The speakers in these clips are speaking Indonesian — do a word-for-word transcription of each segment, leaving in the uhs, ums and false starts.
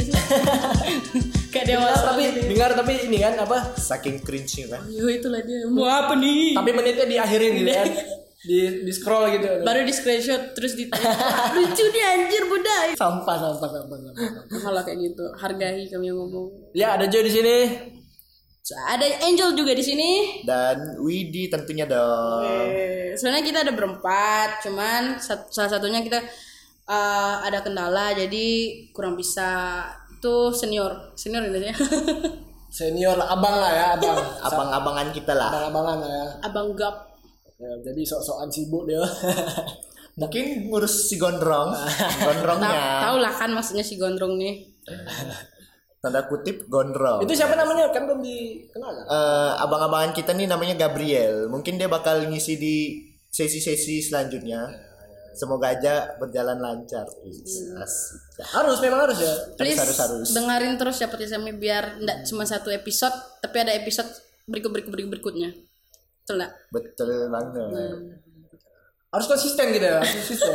gak sih? Kayak dewasa tapi dengar tapi ini kan apa? Saking cringe kan. Yo itulah dia. Mau apa nih? Tapi menitnya diakhirin gitu kan. Di di scroll gitu. Baru di screenshot terus di lucu nih anjir budaya. Sampah sampah sampah sampah. Kalau kayak gitu, hargai kami yang ngomong. Ya ada Joy di sini. Ada Angel juga di sini. Dan Widi tentunya dong. Eh, sebenarnya kita ada berempat, cuman sat- salah satunya kita uh, ada kendala jadi kurang bisa. Itu senior, senior ini ya. Senior lah, abang lah ya, abang. Abang-abangan kita lah. Abang-abangan lah ya. Abang Gap. Ya, jadi sok-sokan sibuk dia. Mungkin ngurus si gondrong. Gondrongnya. Tahu lah kan maksudnya si gondrong nih. Tanda kutip gondrong. Itu siapa namanya? Kan belum dikenal kan? Eh, abang-abangan kita nih namanya Gabriel. Mungkin dia bakal ngisi di sesi-sesi selanjutnya. Semoga aja berjalan lancar. Asik. Harus memang harus ya. Please harus, harus. dengerin terus ya podcast kami biar enggak cuma satu episode tapi ada episode berikut berikut berikut berikutnya. Betul enggak? Betul banget. Harus konsisten gitu ya, konsisten.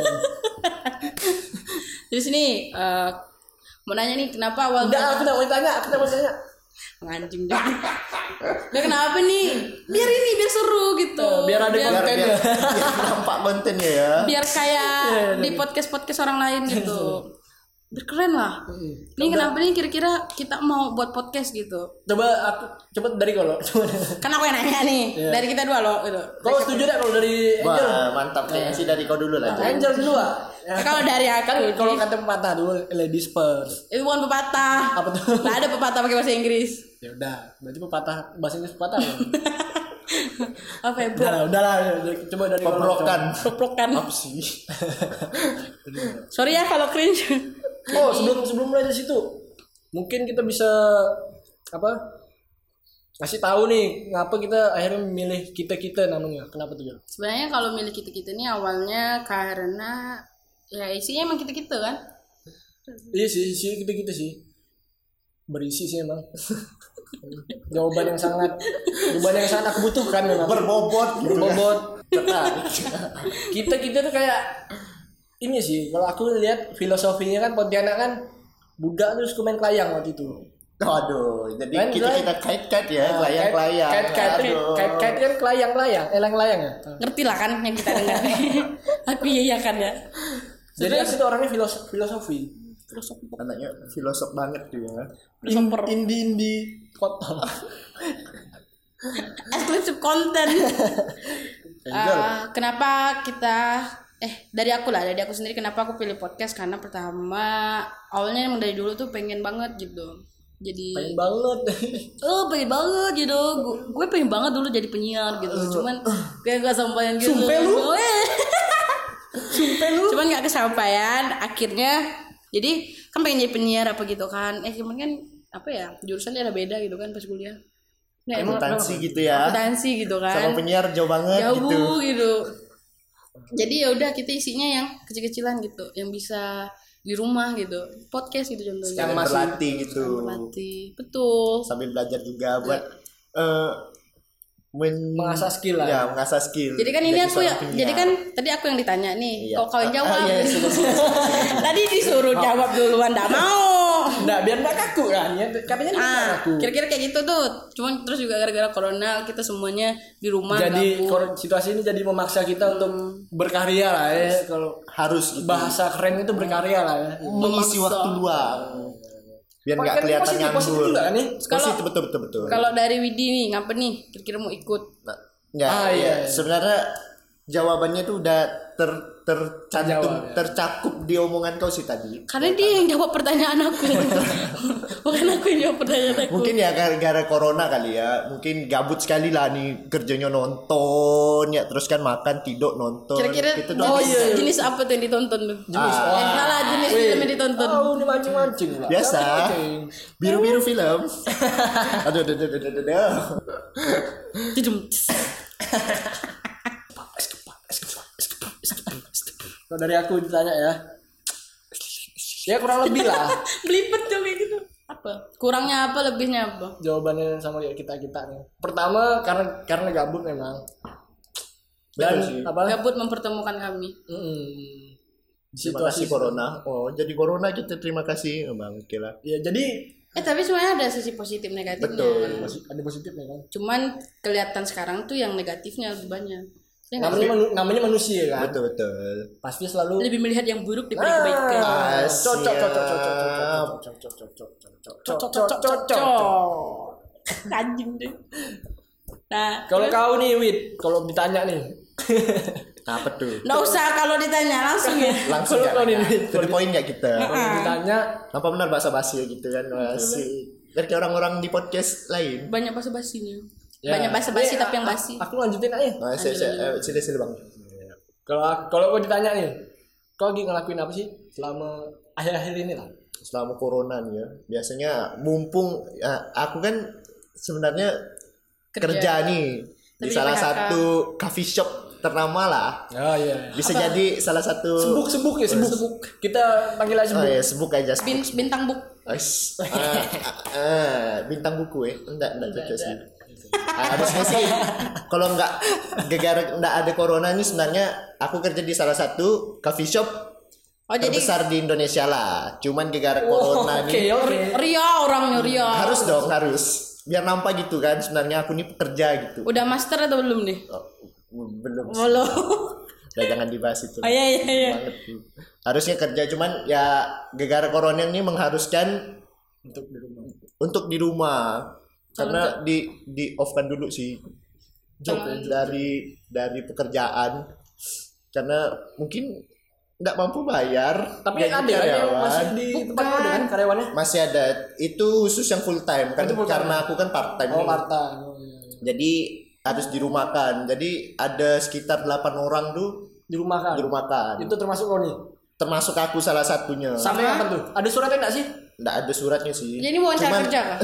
Jadi sini uh, mau nanya nih kenapa awal Enggak, aku enggak mau tanya, aku enggak mau tanya. Anjing deh. Nah, kenapa nih? Biar ini biar seru gitu. Uh, biar ada Biar, konten biar, ya. biar nampak kontennya ya. Biar kayak di podcast-podcast orang lain gitu. Biar keren lah. Nih kenapa nih kira-kira kita mau buat podcast gitu? Coba aku coba dari kalau. Kan aku yang nanya nih. Iya. Dari kita dua loh gitu. Kau setuju enggak kalau dari Angel? Wah, mantap kayaknya sih dari kau dulu lah. Jon. Angel dulu ah. Ya. Kalau dari aku Kan kalau kata pepatah dulu ladies first. itu bukan pepatah. Apa tuh? Nggak ada pepatah pakai bahasa Inggris. Ya udah, berarti pepatah bahasa Inggris pepatah ya. Apa ya bro? Udah lah, udah lah, coba dari Peprokan. Proprokan. Apa sih? Sorry ya kalau cringe. Oh, sebelum sebelum mulai dari situ, mungkin kita bisa apa? Kasih tahu nih, ngapa kita akhirnya memilih kita-kita namanya. Kenapa tuh, Jon? Sebenarnya kalau milik kita-kita ini awalnya karena ya isinya emang kita-kita kan. Iya sih, sih kita-kita sih. Berisi sih emang. Jawaban yang sangat jawaban yang sangat aku butuhkan memang. Berbobot gitu kan. Berbobot. Tertarik. Kita-kita tuh kayak ini sih, kalau aku lihat filosofinya kan Pontianak kan budak terus komen kelayang waktu itu. Aduh, jadi Kan, kita kan? kita kait-kait ya, Nah, kelayang-kelayang. Kait-kait Aduh. kait-kait kan kelayang-kelayang, elang-layang ya. Ngerti lah kan yang kita dengar. Aku iya kan ya. Jadi aku tuh orangnya filosofi, filosofi. Filosofi Anaknya filosof banget tuh ya. Filosofer. Indi-indi kotor. eksklusif konten. Uh, kenapa kita eh dari aku lah dari aku sendiri kenapa aku pilih podcast karena pertama awalnya emang dari dulu tuh pengen banget gitu jadi Pengen banget. oh pengen banget gitu gue, gue pengen banget dulu jadi penyiar gitu cuman kayak gak sampaian gitu. Sumpah lu? Eh. Sumpah lu. Cuman gak kesampaian akhirnya jadi kan pengen jadi penyiar apa gitu kan eh cuman kan apa ya jurusannya ada beda gitu kan pas kuliah. Nah, emang Akuntansi gitu ya. akuntansi gitu kan Sama penyiar jauh banget jauh gitu. gitu. Jadi ya udah kita isinya yang kecil-kecilan gitu, yang bisa di rumah gitu, podcast gitu contohnya. Yang masih- berlatih gitu. Berlatih, betul. Sambil belajar juga buat eh men- Mengasah skill lah. Ya, mengasah skill. Jadi kan ini Jadi aku ya, seorang penyiar. jadi kan tadi aku yang ditanya nih, Iya. kok kau yang jawab? Ah, iya, sudah, sudah, sudah. Tadi disuruh jawab duluan, nggak mau. Nggak, biar nggak kaku kan ya. Katanya nggak Ah, kaku. kira-kira kayak gitu tuh. Cuman terus juga gara-gara corona kita semuanya di rumah. Jadi gabut. kor- situasi ini jadi memaksa kita untuk berkarya lah ya. Kalau harus gitu. bahasa keren itu berkarya lah ya. Mengisi memaksa. waktu luang. Biar nggak Pakai kelihatan positif, positif nganggur. juga kan nih? Positif betul betul betul. Kalau dari Widi nih, ngapa nih? Kira-kira mau ikut? Nah, nggak, Ah, iya, ya. iya. Sebenarnya jawabannya tuh udah ter tercantum Terjawab, ya. tercakup di omongan kau sih tadi. Karena dia yang jawab pertanyaan aku. Bukan aku yang jawab pertanyaan aku. Mungkin ya gara-gara corona kali ya. Mungkin gabut sekali lah nih kerjanya nonton ya terus kan makan tidur nonton. Kira-kira Gitu jenis, doang. iya. jenis apa tuh yang ditonton tuh? Jenis. Ah. Eh, salah jenis Wih. film yang ditonton. Oh, ini mancing-mancing lah. Biasa. Mancing. Biru-biru film. Aduh, aduh, aduh, aduh, aduh, aduh. Tidum. Kalau dari aku ditanya ya. Ya kurang lebih lah. Belibet tuh kayak gitu. Apa? Kurangnya apa, lebihnya apa? Jawabannya sama ya kita-kita nih. Pertama karena karena gabut memang. Dan Betul sih. apa? Gabut mempertemukan kami. Mm-mm. Terima kasih corona. Oh, jadi corona kita terima kasih, oh, Bang. Oke lah. Ya jadi Eh tapi sebenarnya ada sisi positif negatifnya. Betul. masih ada positifnya kan. Cuman kelihatan sekarang tuh yang negatifnya lebih banyak. Ya nggak Namanya sih? manu- namanya manusia kan. Betul betul. Pasti selalu Lebih melihat yang buruk daripada kebaikan. Ah, Siap. cocok cocok cocok cocok cocok cocok cocok cocok cocok cocok cocok. Anjing deh. Nah, Kalau kau nih Wid, kalau ditanya nih. Apa tuh? nggak usah kalau ditanya langsung ya. Langsung Kalau ya. kau nih Wid, To the point nggak kita? kalau ditanya Apa benar bahasa basi gitu kan? Masih. Dari orang-orang di podcast lain. Banyak bahasa basinya. Ya. Banyak bahasa basi Eh, tapi yang a- basi. Aku lanjutin aja. Nah, saya, saya, eh, sini sini Bang. Kalau kalau kau ditanya nih, kau lagi ngelakuin apa sih selama akhir-akhir ini lah? Selama corona nih ya. Biasanya mumpung ya, aku kan sebenarnya Kerja. kerja, nih di Tapi salah P H K. satu coffee shop ternama lah. Oh iya. Bisa jadi salah satu Sebuk sebuk ya sebuk. Kita panggil aja Oh sebuk. ya, sebuk aja. Sebuk. Bin, bintang buk. Ais, ah, ah, ah, bintang buku ya? Enggak, enggak cocok sih. Ah, harusnya sih kalau enggak gegara enggak ada corona nih sebenarnya aku kerja di salah satu coffee shop Oh jadi terbesar di Indonesia lah. Cuman gegara Oh, corona oke nih oke. Ria orangnya Ria. harus dong, harus. Biar nampak gitu kan sebenarnya aku nih pekerja gitu. Udah master atau belum nih? Oh, belum. Belum. Udah jangan dibahas itu. Oh iya iya iya. Banget tuh. Harusnya kerja cuman ya gegara corona ini mengharuskan Untuk di rumah. untuk di rumah karena di di off kan dulu sih job ya, dari dari pekerjaan karena mungkin nggak mampu bayar Tapi gaji ada kan yang karyawan. masih di tempat kau ada kan karyawannya? Masih ada itu khusus yang full time kan Itu full time. karena aku kan part time Oh part-time. Oh, iya, iya. jadi harus dirumahkan jadi ada sekitar delapan orang tuh Di rumah kan. dirumahkan Itu termasuk kau nih. termasuk aku salah satunya Sampai Sama. kapan tuh? Ada suratnya enggak sih? nggak ada suratnya sih Jadi mau wawancara Cuman- kerja kah?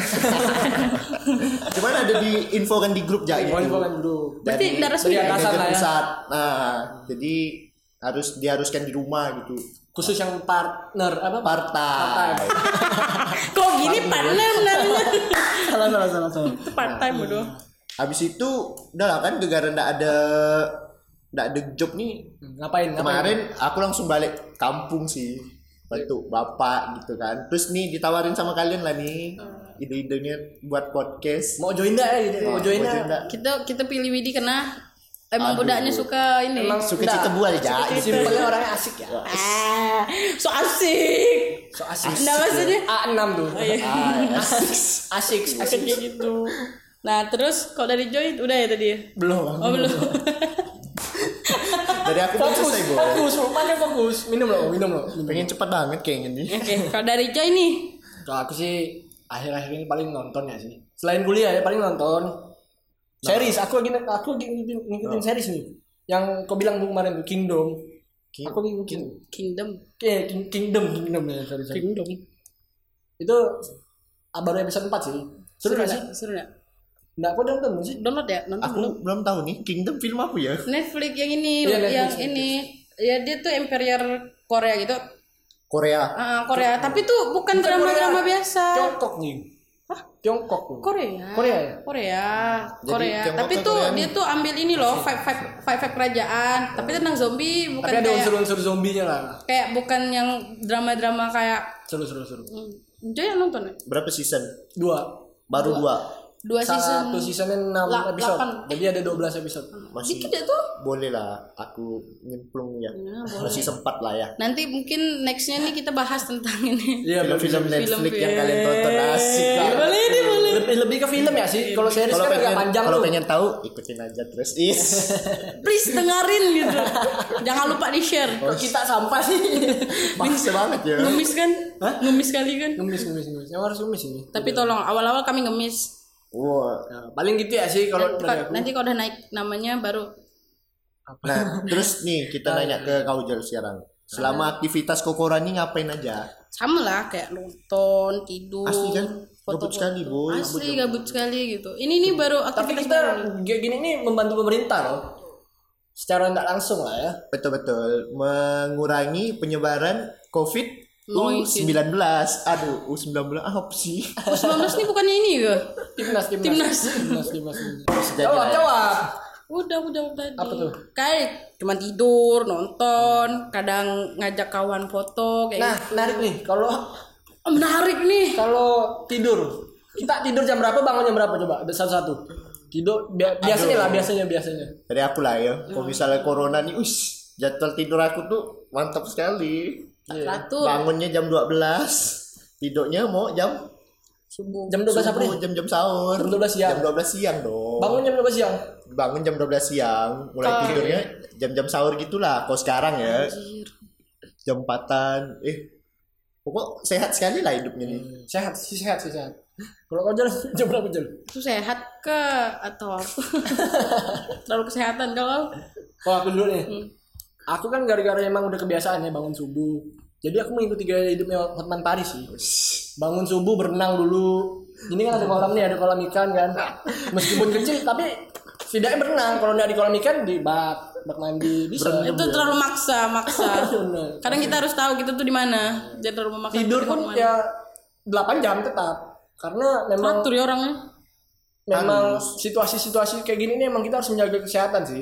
cuman ada di info kan di grup ya gitu. Info kan dulu. Berarti nggak resmi dari ya? atasan manajer lah ya. pusat. Nah, jadi harus diharuskan di rumah gitu. Khusus yang partner apa? Part-time. Kok gini partner namanya? salah salah salah salah. Itu part time bro. Habis itu udah lah kan gara-gara nggak ada nggak ada job nih. Ngapain? Ngapain? Kemarin aku langsung balik kampung sih. Bantu bapak gitu kan. Terus nih ditawarin sama kalian lah nih ide-idenya buat podcast. Mau join enggak ya? Gitu? Mau join Mau enggak? nggak? Kita kita pilih Widi karena emang Aduh. budaknya suka ini. Emang Suka Nggak. cita buah aja. Suka gitu. Simpelnya orangnya asik ya. Ah, so asik. So asik. Nah maksudnya A enam tuh. Ah, asik. Asik, Bukan asik. kayak gitu. Nah terus kalau dari Joy udah ya tadi ya? Belum. Oh belum. Dari aku belum Fokus, selesai gue. fokus, makan fokus. Minum loh, minum loh. Minum. Pengen cepet banget kayaknya nih. Oke, kalau dari Joy nih, Kalau aku sih akhir-akhir ini paling nonton ya sih. Selain kuliah ya paling nonton. Series, aku lagi aku lagi ngikutin, ngikutin series nih. Yang kau bilang tuh kemarin tuh Kingdom. King- Aku ngikutin. Kingdom. Kayak King, Kingdom, Kingdom ya, sorry, sorry. Kingdom. Itu ah, baru episode empat sih. Seru Seru gak sih? nggak? Seru nggak? Enggak, aku udah nonton sih. Download ya? Nonton Aku belum? belum tahu nih Kingdom film apa ya? Netflix yang ini, Iya, Netflix, yang Netflix. ini. Ya dia tuh Imperial Korea gitu. Korea. Ah, Korea, tapi tuh bukan Bukan drama-drama Korea. biasa. Tiongkok nih. Hah? Tiongkok tuh. Korea. Korea ya? Korea. Jadi Korea. Tiongkok Tapi ke tuh Korea dia nih. tuh ambil ini loh, five five five five kerajaan. Tapi tentang zombie, bukan Tapi ada kayak unsur-unsur zombinya lah. kayak bukan yang drama-drama kayak Seru, seru, seru. hmm, Joy yang nonton ya? Berapa season? Dua. Baru dua. Dua season. Satu seasonnya enam La- episode. delapan. Jadi ada dua belas episode. Masih Dikit ya tuh. boleh lah. Aku nyemplung ya. Ya, boleh. Masih sempat lah ya. Nanti mungkin nextnya nih kita bahas tentang ini. Iya, Film-film Netflix Film-film. yang kalian tonton asik lah. Boleh nih, boleh. lebih lebih ke film ya sih. Kalau series Kalau kan agak pengen panjang kalau tuh. pengen tahu ikutin aja terus. Is. Please dengerin gitu. Jangan lupa di share. Kok kita sampah sih? Maksa banget ya. Ngemis kan? Ngemis kali kan? Ngemis, ngemis, ngemis. Yang harus ngemis ini. Tapi tolong awal-awal kami ngemis. Wah. Nah, paling gitu ya sih kalau Nanti, dari aku. nanti kalau udah naik namanya baru Nah, terus nih kita nanya ke kau Jal sekarang. Selama aktivitas Kokora ini ngapain aja? sama lah kayak nonton, tidur. Asli kan? foto-foto. Gabut sekali, Boy. Asli gabut sekali gitu. Ini nih baru Tapi aktivitas kita baru. kayak gini nih membantu pemerintah loh. Secara tidak langsung lah ya. Betul-betul mengurangi penyebaran COVID U sembilan belas. Aduh, U sembilan belas apa sih? U sembilan belas nih bukannya ini ya? Timnas, timnas. Timnas. Timnas, timnas. timnas. Bisa jadi Jawab, lah ya. jawab. Udah, udah, udah. Apa tuh? Kayak cuma tidur, nonton, kadang ngajak kawan foto kayak Nah, gitu. menarik nih. Kalau Oh, menarik nih. kalau tidur, kita tidur jam berapa, bangun jam berapa coba? Ada satu-satu. Tidur bi- biasanya lah, biasanya biasanya. Dari aku lah ya. Kalau misalnya corona nih, ush, jadwal tidur aku tuh mantap sekali. Teratur. Bangunnya jam dua belas. Tidurnya mau jam Subuh. Jam dua belas apa nih? subuh, jam-jam sahur. Jam dua belas siang. Jam dua belas siang dong. Bangun jam berapa siang? Bangun jam dua belas siang. Mulai Oh. tidurnya jam-jam sahur gitulah. Kalau sekarang ya Anjir. jam empatan. Eh, pokok sehat sekali lah hidupnya nih. Sehat, sih sehat, sih sehat. Kalau kau jalan jam berapa jam? Itu sehat ke atau apa? Terlalu kesehatan kalau. Oh, aku dulu nih. Hmm. Aku kan gara-gara emang udah kebiasaan ya bangun subuh. Jadi aku mengikuti gaya hidupnya Hotman Paris sih. Bangun subuh berenang dulu. Ini kan ada kolam nih, ada kolam ikan kan. Meskipun kecil tapi setidaknya berenang. Kalau nggak di kolam ikan di bak, bak mandi bisa. Itu terlalu maksa, maksa. Kadang kita harus tahu kita tuh di mana. Jangan terlalu memaksa. Tidur kita pun di mana. ya delapan jam tetap. Karena memang Teratur ya orangnya. memang situasi-situasi kayak gini nih emang kita harus menjaga kesehatan sih.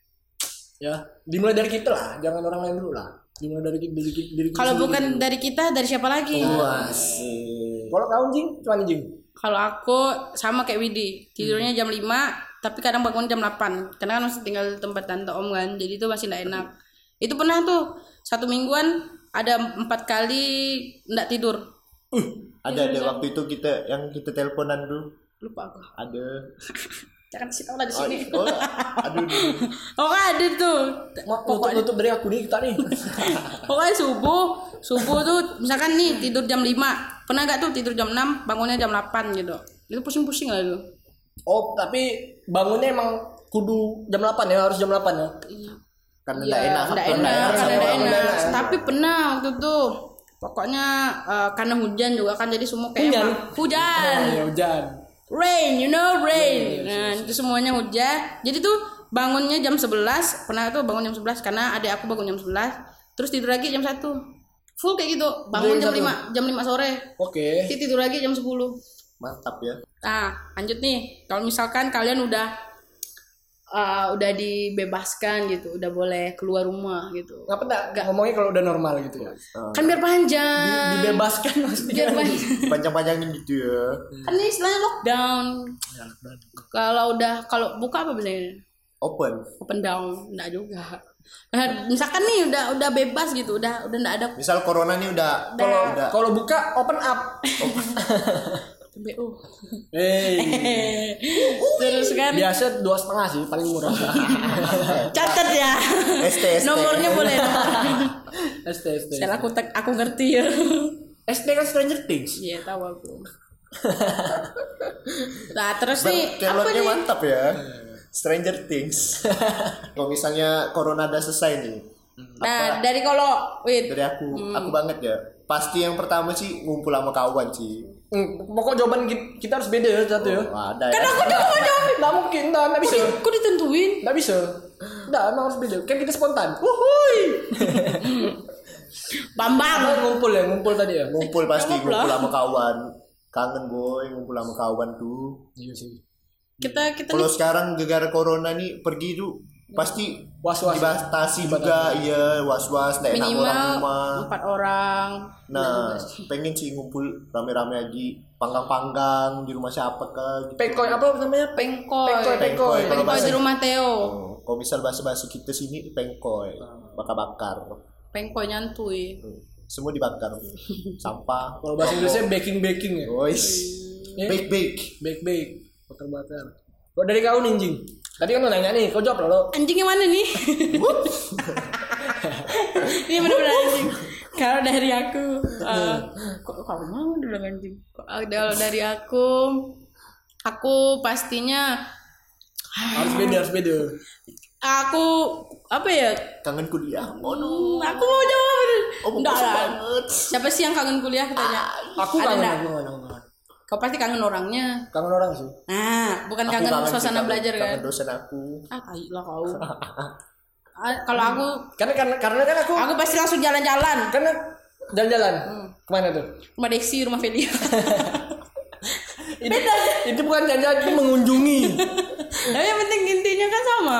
Ya, dimulai dari kita lah, jangan orang lain dulu lah. Dimulai dari diri, diri, diri kita Kalau sendiri bukan dulu. dari kita, dari siapa lagi? Asik. Kalau kau Jing, cuman Jing. Kalau aku sama kayak Widi, tidurnya jam lima, tapi kadang bangun jam delapan. Karena kan masih tinggal di tempat tante om kan, jadi itu masih enggak enak. Itu pernah tuh satu mingguan ada empat kali enggak tidur. Ada ada waktu itu kita yang kita teleponan dulu. Lupa aku. Ada. Jangan kasih tahu lah di sini. Oh, aduh. Oh ada tuh. Mau tutup dari aku nih kita nih. Pokoknya subuh, subuh tuh misalkan nih tidur jam lima, pernah gak tuh tidur jam enam, bangunnya jam delapan gitu. Itu pusing-pusing lah itu. Oh, tapi bangunnya emang kudu jam delapan ya, harus jam delapan ya. Iya. Karena Iya, enggak enak. nggak faktor enak, nggak karena sama nggak orang. enak. Tapi pernah waktu itu, pokoknya eh, karena hujan juga kan jadi semua kayak Hujan? emang- hujan, Oh, ya hujan. rain, you know rain. Nah itu semuanya hujan. Jadi tuh bangunnya jam sebelas, pernah tuh bangun jam sebelas karena adik aku bangun jam sebelas, terus tidur lagi jam satu, full kayak gitu. Bangun Jam jam satu? lima, jam lima sore, Oke. nanti tidur lagi jam sepuluh. Mantap ya. Nah, lanjut nih. Kalau misalkan kalian udah uh, udah dibebaskan gitu, udah boleh keluar rumah gitu. Ngapa enggak ngomongnya kalau udah normal gitu ya? Kan biar panjang. Dibebaskan maksudnya. Biar panjang. Panjang-panjangin gitu ya. Kan ini istilahnya lockdown. Kalau udah kalau buka apa biasanya? Open. Open down, enggak juga. Nah, misalkan nih udah udah bebas gitu, udah udah enggak ada Misal corona nih udah Kalau udah kalau buka open up. B U. Hey. Terus kan Biasa dua setengah sih paling murah. catat ya. S T S T. Nomornya boleh. S T S T. Sekarang aku tek- aku ngerti ya. S T kan Stranger Things. Iya tahu aku. Nah terus nih apa Telurnya nih? mantap ya. Stranger Things. Kalau misalnya corona udah selesai nih. Nah dari kalau wait Dari aku, Hmm. aku banget ya. Pasti yang pertama sih ngumpul sama kawan sih. Hmm, pokok jawaban ki- kita harus beda ya satu ya. Oh, ada kan ya. aku juga mau jawab. Nggak mungkin, nggak nggak bisa. Kok ditentuin? Nggak bisa. Nggak, emang harus beda. Kan kita spontan. Wuhui. Bambang. Apa ngumpul ya, ngumpul tadi ya. Ngumpul pasti Jawab lah. ngumpul sama kawan. Kangen boy, ngumpul sama kawan tuh. Iya sih. Kita kita Kalau nih sekarang gara-gara corona nih pergi tuh pasti Was-was. dibatasi juga, iya was-was, nggak enak minimal orang rumah. empat orang. Nah, pengen sih ngumpul rame-rame lagi, panggang-panggang di rumah siapa ke gitu. Pekoy apa namanya? Pengkoy. Pengkoy, pengkoy. Kalau Pengkoy bahasa- di rumah Theo. Oh, kalau misal bahasa-bahasa kita sini pengkoy, bakar-bakar. Pengkoy nyantui. Hmm, Semua dibakar. Sampah. Kalau bahasa Inggrisnya baking baking ya. Boys. Ya. Bake bake. Bake bake. Bakar bakar. Kalau dari kau nih Jing. Tadi kan lo nanya nih, kau jawab lo. Anjingnya mana nih? Ini benar-benar anjing. Kalau dari aku, eh, kok kamu mau dulu anjing? Kalau dari aku, aku pastinya Harus beda, harus beda. aku apa ya? Kangen kuliah. Oh no. Hmm, aku mau jawab. Oh, Enggak bagus lah. banget. Siapa sih yang kangen kuliah? Aku tanya. Aku Ada kangen, nggak? aku kangen, aku kangen. Kau pasti kangen orangnya. Kangen orang sih. Nah, bukan Aku kangen kangen sih, suasana kangen- belajar kan? Kangen dosen aku. Ah, tai lah kau. Ah, kalau aku, Karena karena karena kan aku aku pasti langsung jalan-jalan. karena jalan-jalan. Kemana tuh? Rumah Desi, rumah Felia. Itu, itu bukan jalan-jalan, itu mengunjungi. Tapi yang penting intinya kan sama.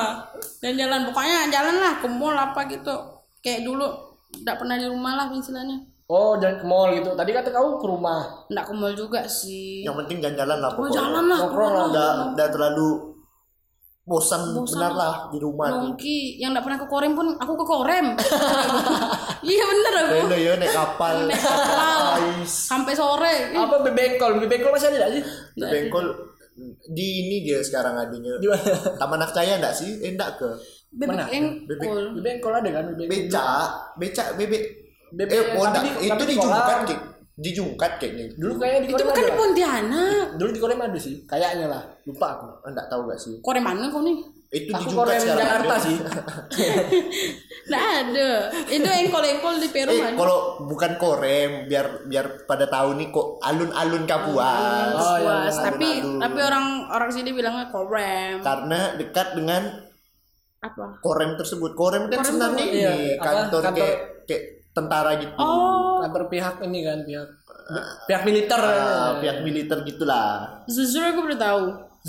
Dan jalan pokoknya jalan lah ke mall apa gitu. Kayak dulu enggak pernah di rumah lah istilahnya. Oh, jalan ke mall gitu. Tadi kata kau ke rumah. Enggak ke mall juga sih. Yang penting jalan-jalan lah Oh, pokoknya. jalan lah. Nongkrong lah. Udah udah terlalu bosan, Bosan. benar lah di rumah tuh. Nongki yang enggak pernah ke Korem pun aku ke Korem. Iya bener aku. Kayaknya ya naik kapal. Naik kapal. Ais. Sampai sore. Ih, Apa bebengkol? Bebengkol masih ada enggak sih? Bengkol di ini dia sekarang adanya. Di mana? Taman Akcaya enggak sih? Eh enggak ke. bebek Mana? engkol. Bebengkol ada kan? Bebengkol. Becak, becak bebek. Bebek- Eh, oh, tapi enggak. di- Itu tapi di di kolam. Jungkat, Kik. Di Jungkat kayaknya. Dulu kayaknya di Itu Korem bukan ada di lah. Pontianak. Dulu di Korem ada sih. Kayaknya lah. Lupa aku. Enggak tahu gak sih? Korem mana kau nih? Itu di Aku Jungkat Korem sekarang. Jakarta ada. sih. Nggak ada. Itu engkol-engkol di Peru Eh, ada. kalau bukan Korem, biar biar pada tahu nih kok alun-alun Kapuas. Oh, iya, Puas. iya. Tapi Alun-alun. tapi orang orang sini bilangnya Korem. Karena dekat dengan Apa? Korem tersebut. Korem kan Korem sebenarnya tuh, ini iya, apa, kantor, kantor- kayak kayak tentara gitu. Oh, Kantor pihak ini kan, pihak pihak militer. Ah, pihak militer gitulah. jujur aku baru tahu.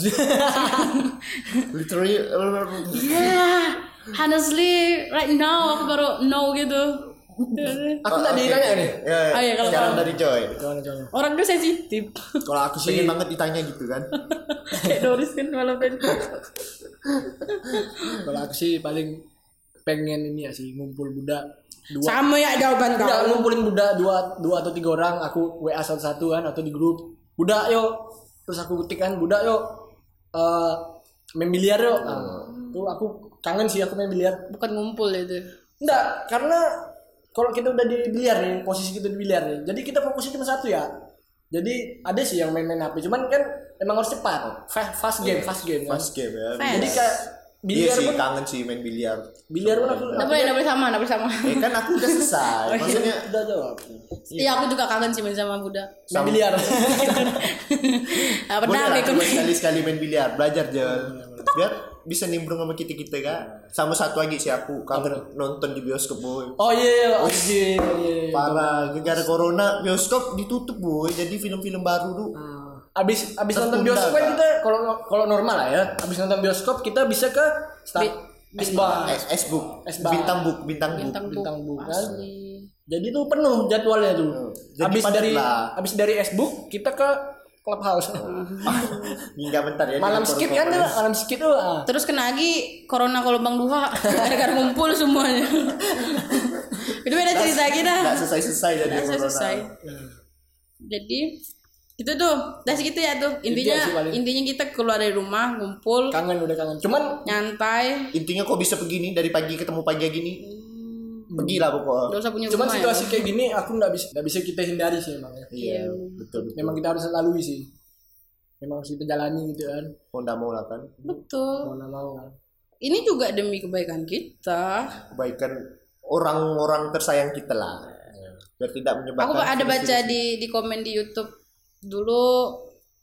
Literally Yeah, honestly right now aku baru know gitu. Aku tak oke, ditanya oke. nih. Ya, ya. Oh, iya, kalau sekarang kamu. dari Joy. Gimana gimana? Orang tuh sensitif. Kalau aku sih Pengen banget ditanya gitu kan. Kayak Doris kan malam tadi. kalau aku sih paling pengen ini ya sih ngumpul budak dua. Sama ya jawaban Enggak, kau. ngumpulin budak dua dua atau tiga orang, aku W A satu-satu kan atau di grup. Budak yuk. Terus aku ketik kan budak yuk. Eh main biliar yuk. Nah, tuh aku kangen sih aku main biliar. Bukan ngumpul itu. Enggak, karena kalau kita udah di biliar nih, posisi kita di biliar nih. Jadi kita fokusnya cuma satu ya. Jadi ada sih yang main-main H P, cuman kan emang harus cepat. Fa- Fast game, fast game kan. Fast game ya. Fast. Jadi kayak Iya biliar sih pun kangen sih main biliar. biliar pun aku Nggak boleh, nggak boleh sama, nggak boleh sama. Eh kan aku udah selesai. Maksudnya udah jawab. Iya, aku juga kangen sih main sama Buddha. Main biliar. Apa boleh dah lah ikut. coba sekali-sekali main biliar, belajar aja. Biar bisa nimbrung sama kita-kita kan. Sama satu lagi sih aku kangen nonton di bioskop boy. Oh iya, oh, iya, iya, iya. Parah, gara-gara corona bioskop ditutup boy. Jadi film-film baru tuh. Abis abis nonton Tertunda, bioskop kan Kak. kita kalau kalau normal lah ya. Abis nonton bioskop kita bisa ke start Bi- S-Bar. S, S book, S-Bar. bintang book, bintang book. Bintang Bintang book. book, kan? Asli. Jadi tuh penuh jadwalnya tuh. Jadi Abis padat dari lah. abis dari S-Book kita ke Clubhouse. Hingga bentar ya. Malam di skit kan tuh, conference. malam skit tuh. ah. Terus kena lagi corona gelombang dua. Gara-gara ngumpul semuanya. Itu beda cerita lagi dah. Nggak selesai-selesai dari Nggak corona. selesai. Jadi itu tuh, udah segitu ya tuh. Intinya sih paling. intinya kita keluar dari rumah, ngumpul, Kangen udah kangen. Cuman nyantai, Intinya kok bisa begini dari pagi ketemu pagi gini. Pergilah pokoknya. nggak usah punya cuman rumah situasi ya. kayak gini aku nggak bisa nggak bisa kita hindari sih emang ya. Iya, betul. betul. Memang kita harus lalui sih. Memang harus kita jalani gitu kan. Mau nggak mau lah kan. Betul. Mau nggak mau kan. Ini juga demi kebaikan kita. Kebaikan orang-orang tersayang kita lah. Biar tidak menyebabkan. Aku ada baca virus-virus. di di komen di YouTube dulu.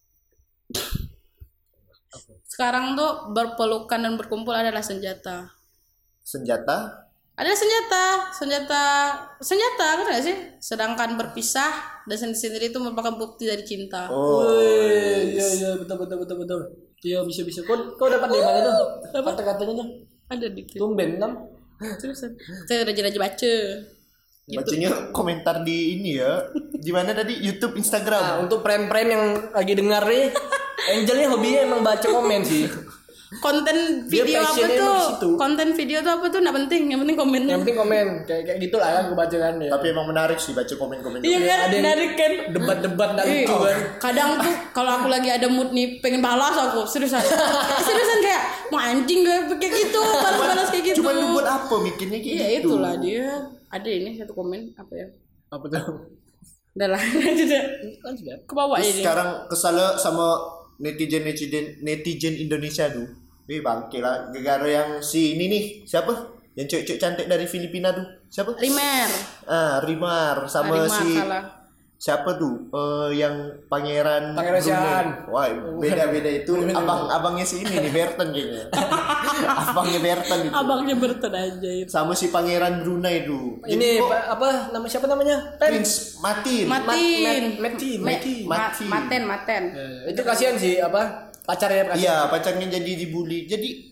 Sekarang tuh berpelukan dan berkumpul adalah senjata. senjata. Ada senjata, senjata, senjata kan nggak sih? Sedangkan berpisah dan sendiri-sendiri itu merupakan bukti dari cinta. Oh. Wih, iya iya betul betul betul betul. Iya bisa bisa. Kau kau dapat dari mana tuh? Kata-katanya tuh. Ada di situ. Tumben enam. Terusan. Saya udah rajin baca. Gitu. Bacanya komentar di ini ya. Di mana tadi? YouTube, Nah, Instagram. untuk prem-prem yang lagi dengar nih, Angelnya hobinya emang baca komen sih. Konten Dia video apa passionnya emang di situ. tuh? Konten video tuh apa tuh? Nggak penting, yang penting komennya. Yang penting komen kayak kayak gitulah kan gue baca kan ya. Tapi emang menarik sih baca komen-komen. Iya kan, ada yang- menarik kan. Debat-debat dan Ih, lucu kan. kadang tuh kalau aku lagi ada mood nih pengen balas aku seriusan seriusan kayak mau anjing gue kayak gitu balas-balas kayak gitu. Cuman lu buat apa mikirnya kayak Iya gitu? itulah dia. Ada ini satu komen apa ya? Apa tuh? Udah lah, tidak Kan sudah. ke bawah Terus ini. sekarang kesal sama netizen netizen netizen Indonesia tuh. Wih bangke lah. Gara-gara yang si ini nih siapa? Yang cewek-cewek cantik dari Filipina tuh siapa? Rimer. Ah Rimar sama Ah, Rimar, si salah. siapa tuh? Eh yang pangeran. Pangeran Brunei. Sian. Wah beda-beda itu. Abang abangnya si ini nih Berton kayaknya. Abangnya Berton itu. Abangnya berten aja itu. Sama si pangeran Brunei tuh. Jadi Ini kok apa, apa nama siapa namanya? Pen. Prince Matin. Matin. Metin. Me- Metin. Ma- Matin. Maten, maten. Eh, itu kasihan sih apa pacarnya kasihan. Iya pacarnya jadi dibully. Jadi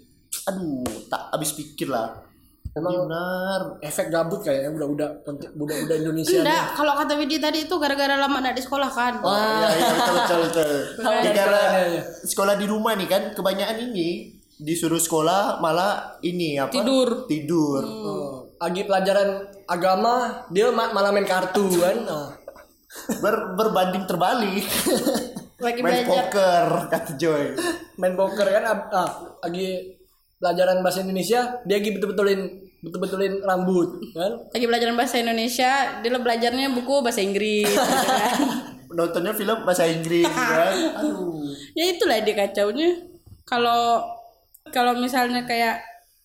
aduh tak habis pikir lah. Emang benar efek gabut kayaknya udah-udah budak-budak Indonesia. Enggak, kalau kata Widi tadi itu gara-gara lama enggak di sekolah kan. Wah, iya, iya, betul, betul, betul. Kalau di Gara sekolah, iya. sekolah di rumah nih kan, kebanyakan ini disuruh sekolah malah ini apa? Tidur. Tidur. Oh, lagi pelajaran agama dia ma- malah main kartu kan. Oh. Ber- berbanding terbalik. Lagi Main belajar. poker kata Joy. Main poker kan ab- ah, lagi pelajaran bahasa Indonesia dia lagi betul-betulin betul-betulin rambut kan. Lagi pelajaran bahasa Indonesia, dia belajarnya buku bahasa Inggris gitu kan. Nontonnya film bahasa Inggris kan. Aduh. Ya itulah dia kacaunya. Kalau kalau misalnya kayak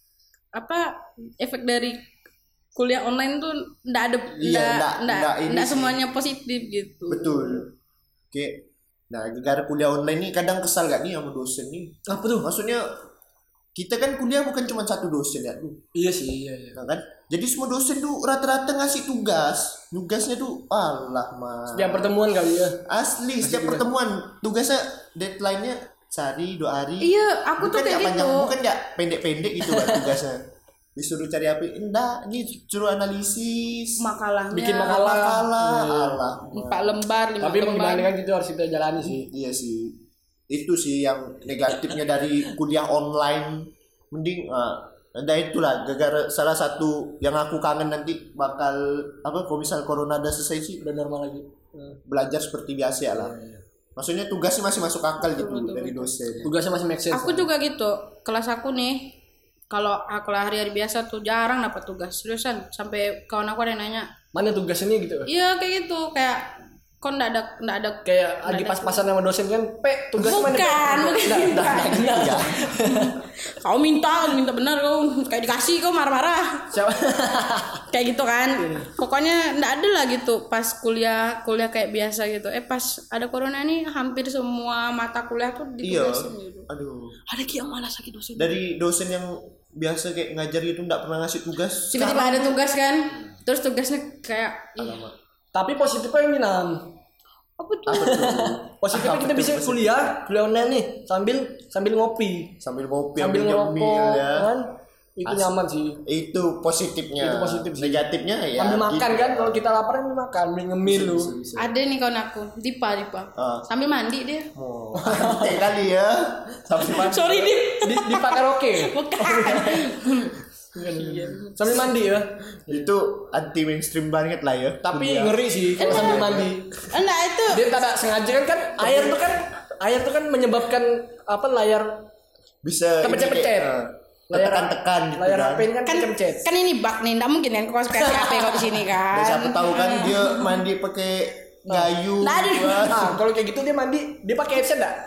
apa efek dari kuliah online tuh enggak ada Iya, enggak ndak- enggak ndak ini enggak sih. semuanya positif gitu. Betul. Oke. Nah, gara kuliah online nih kadang kesal gak nih sama dosen nih? Apa tuh? Maksudnya kita kan kuliah bukan cuma satu dosen ya, tuh. Iya sih, iya iya. Nah, kan? Jadi semua dosen tuh rata-rata ngasih tugas. Tugasnya tuh Allah mah. Setiap pertemuan kali ya. Asli setiap pertemuan tugasnya deadline-nya sehari dua hari. Iya, aku tuh Bukan kayak nggak gitu. panjang, bukan nggak pendek-pendek gitu kan tugasnya. Disuruh cari apa? Enggak, ini suruh analisis. Makalahnya Bikin makalah. Makalah. Iya. Allah. empat lembar, lima Tapi mau lembar. gimana kan gitu harus kita jalani sih. Iya sih. Itu sih yang negatifnya dari kuliah online. Mending uh, ada itulah gara-gara salah satu yang aku kangen nanti bakal apa kalau misal corona udah selesai sih Udah normal lagi. belajar seperti biasa ya lah. Maksudnya tugasnya masih masuk akal gitu Betul, betul, dari dosen. Tugasnya masih make sense. Aku juga gitu. Kelas aku nih, kalau aku hari-hari biasa tuh jarang dapat tugas. Seriusan, sampai kawan aku ada yang nanya, Mana tugasnya gitu? iya kayak gitu, kayak kok nggak ada nggak ada Kayak lagi pas-pasan sama dosen kan, Pe, tugas mana? Pe?" Bukan, bukan, Nggak, nggak, bukan. nggak, nggak. Kau minta, minta benar kau, kayak dikasih kau marah-marah, Siapa? kayak gitu kan. Pokoknya nggak ada lah gitu pas kuliah kuliah kayak biasa gitu. Eh pas ada corona nih hampir semua mata kuliah tuh Iya. ditugasin gitu. Aduh. Ada ki yang malas lagi dosen. Dari dosen yang biasa kayak ngajar gitu nggak pernah ngasih tugas. Tiba-tiba ada tugas kan, terus tugasnya kayak ih, Alamak. Tapi positifnya ini Nam. apa tuh? Positifnya kita bisa kuliah, kuliah online nih sambil sambil ngopi, Sambil ngopi, sambil sambil ngerokok, nyemil ya. kan? Itu As- nyaman sih. Itu positifnya. Itu positif sih. Negatifnya ya. Sambil makan gitu. kan, kalau kita lapar kan makan, sambil ngemil lu. Bisa, bisa. Ada nih kawan aku, Dipa Dipa. Ah. Sambil mandi dia. Oh, aneh kali ya. Sambil mandi. Sorry Dip. Di, di Pak karaoke. Bukan. Sambil mandi ya. Itu anti mainstream banget lah ya. Tapi Kuliah. ngeri sih kalau sambil mandi. Enggak itu. Dia tak ada sengaja kan kan air tuh kan air tuh kan menyebabkan apa layar bisa ini Kepecet-pecet. kayak, eh, layar tekan-tekan gitu layar kan. H P ini kan Kan kepecet. kan ini bug nih, enggak mungkin kan kau kasih H P kau di sini Dan kan. siapa tahu kan dia mandi pakai gayu. Nggak ada. Wah. Nah, kalau kayak gitu dia mandi, dia pakai headset enggak?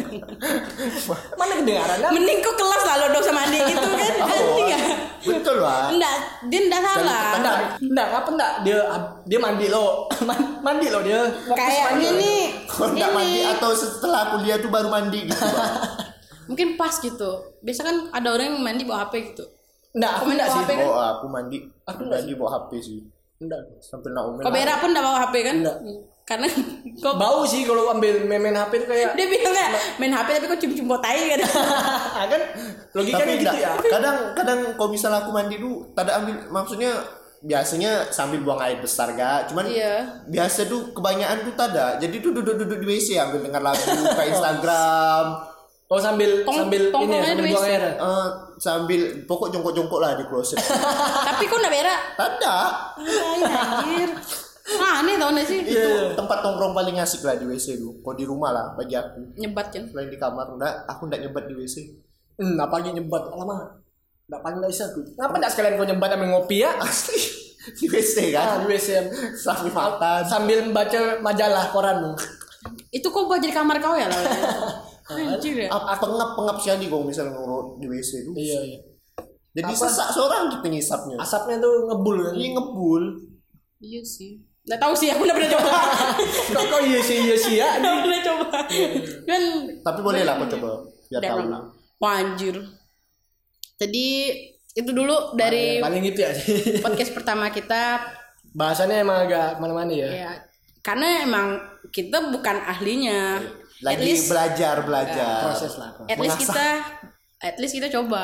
Mana kedengaran dah? Mending kau kelas lah lo dosa mandi gitu kan. Nanti enggak. Betul lah. Enggak, dia enggak salah. Enggak, enggak, apa enggak? Dia dia mandi lo. Man- mandi lo dia. Fokus Kayak mandi. ini Kalau nggak mandi ini atau setelah kuliah tuh baru mandi gitu. Bang. mungkin pas gitu. Biasa kan ada orang yang mandi bawa H P gitu. Enggak, aku Komen enggak bawa sih. H P kan? Oh, aku mandi. Aku Aku mandi bawa H P sih. Enggak. Sampai nak omel. Kau berak pun enggak bawa H P kan? Enggak. Karena kau Bau sih kalau ambil main H P itu kayak dia bilang enggak main H P tapi kau cium-cium bau tai kan. ah, kan logikanya Tapi gitu enggak. ya. Kadang kadang kalau misalnya aku mandi dulu, tak ada ambil maksudnya biasanya sambil buang air besar gak, cuman Iya. biasa tuh kebanyakan tuh tak ada. Jadi tuh duduk-duduk di W C ambil dengar lagu ke Instagram. Oh sambil Tong- sambil ini ya, tongkrongannya sambil di buang W C. air. Eh, sambil pokok jongkok-jongkok lah di kloset. Tapi kau enggak berak. Tak ada. Ay, anjir. Ah, aneh tau gak sih? Itu tempat tongkrong paling asik lah di W C dulu. Kalau di rumah lah bagi aku. Nyebat kan. Selain di kamar enggak, aku enggak nyebat di W C. Hmm, apa lagi nyebat lama. Enggak paling enggak bisa aku. Kenapa enggak sekalian kau nyebat sambil ngopi ya? Asli di W C Ah, kan. di W C Sambil makan. sambil baca majalah koran. Itu kok buat jadi kamar kau ya lah. Anjir ya. Ap- pengap-pengap sekali kalau misalnya ngurut di W C itu. Iya, iya. Jadi Apa? sesak seorang gitu ngisapnya. Asapnya tuh ngebul kan. Ini ngebul. Iya sih. Nggak tahu sih, aku udah pernah coba. Kok kok iya sih iya sih ya. Udah pernah coba. Kan Tapi boleh lah aku coba. Biar udah tahu. pernah. Wah, anjir. Jadi itu dulu dari Paling gitu ya sih. podcast pertama kita Bahasannya emang agak mana-mana ya. ya. Karena emang kita bukan ahlinya. At Lagi least belajar belajar. Proses lah. at least kita at least kita coba.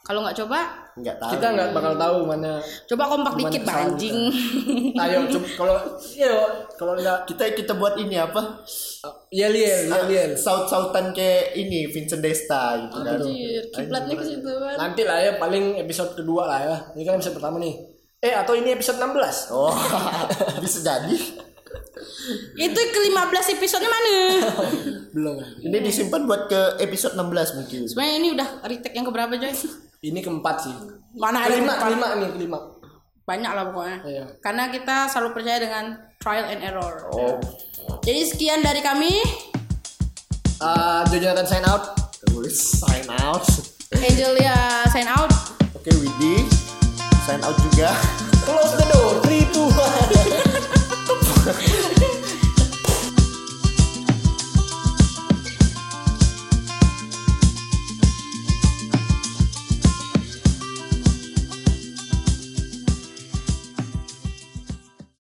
Kalau nggak coba, Nggak tahu. Kita nggak bakal tahu mana. coba kompak Gimana dikit kesalahan anjing. Ayo coba kalau iya kalau nggak Kita kita buat ini apa? iya liel iya liel. Saut-sautan kayak ini Vincent Desta gitu kan. Anjir, kiblatnya ke situ kan. Nanti lah ya paling episode kedua lah ya. Ini kan episode pertama nih. Eh atau ini episode enam belas. Oh, bisa jadi. Itu ke lima belas episodenya mana? Belum. Ini disimpan buat ke episode enam belas mungkin. Sebenarnya ini udah retake yang keberapa Joy? Ini keempat sih. Mana ada Kelima, keempat? kelima nih, kelima. Banyak lah pokoknya. Iya. Karena kita selalu percaya dengan trial and error. Oh, Jadi sekian dari kami. Uh, Joe Jonathan sign out. terus sign out. Angelia sign out. Oke, Widi sign out juga. Close the door. Three,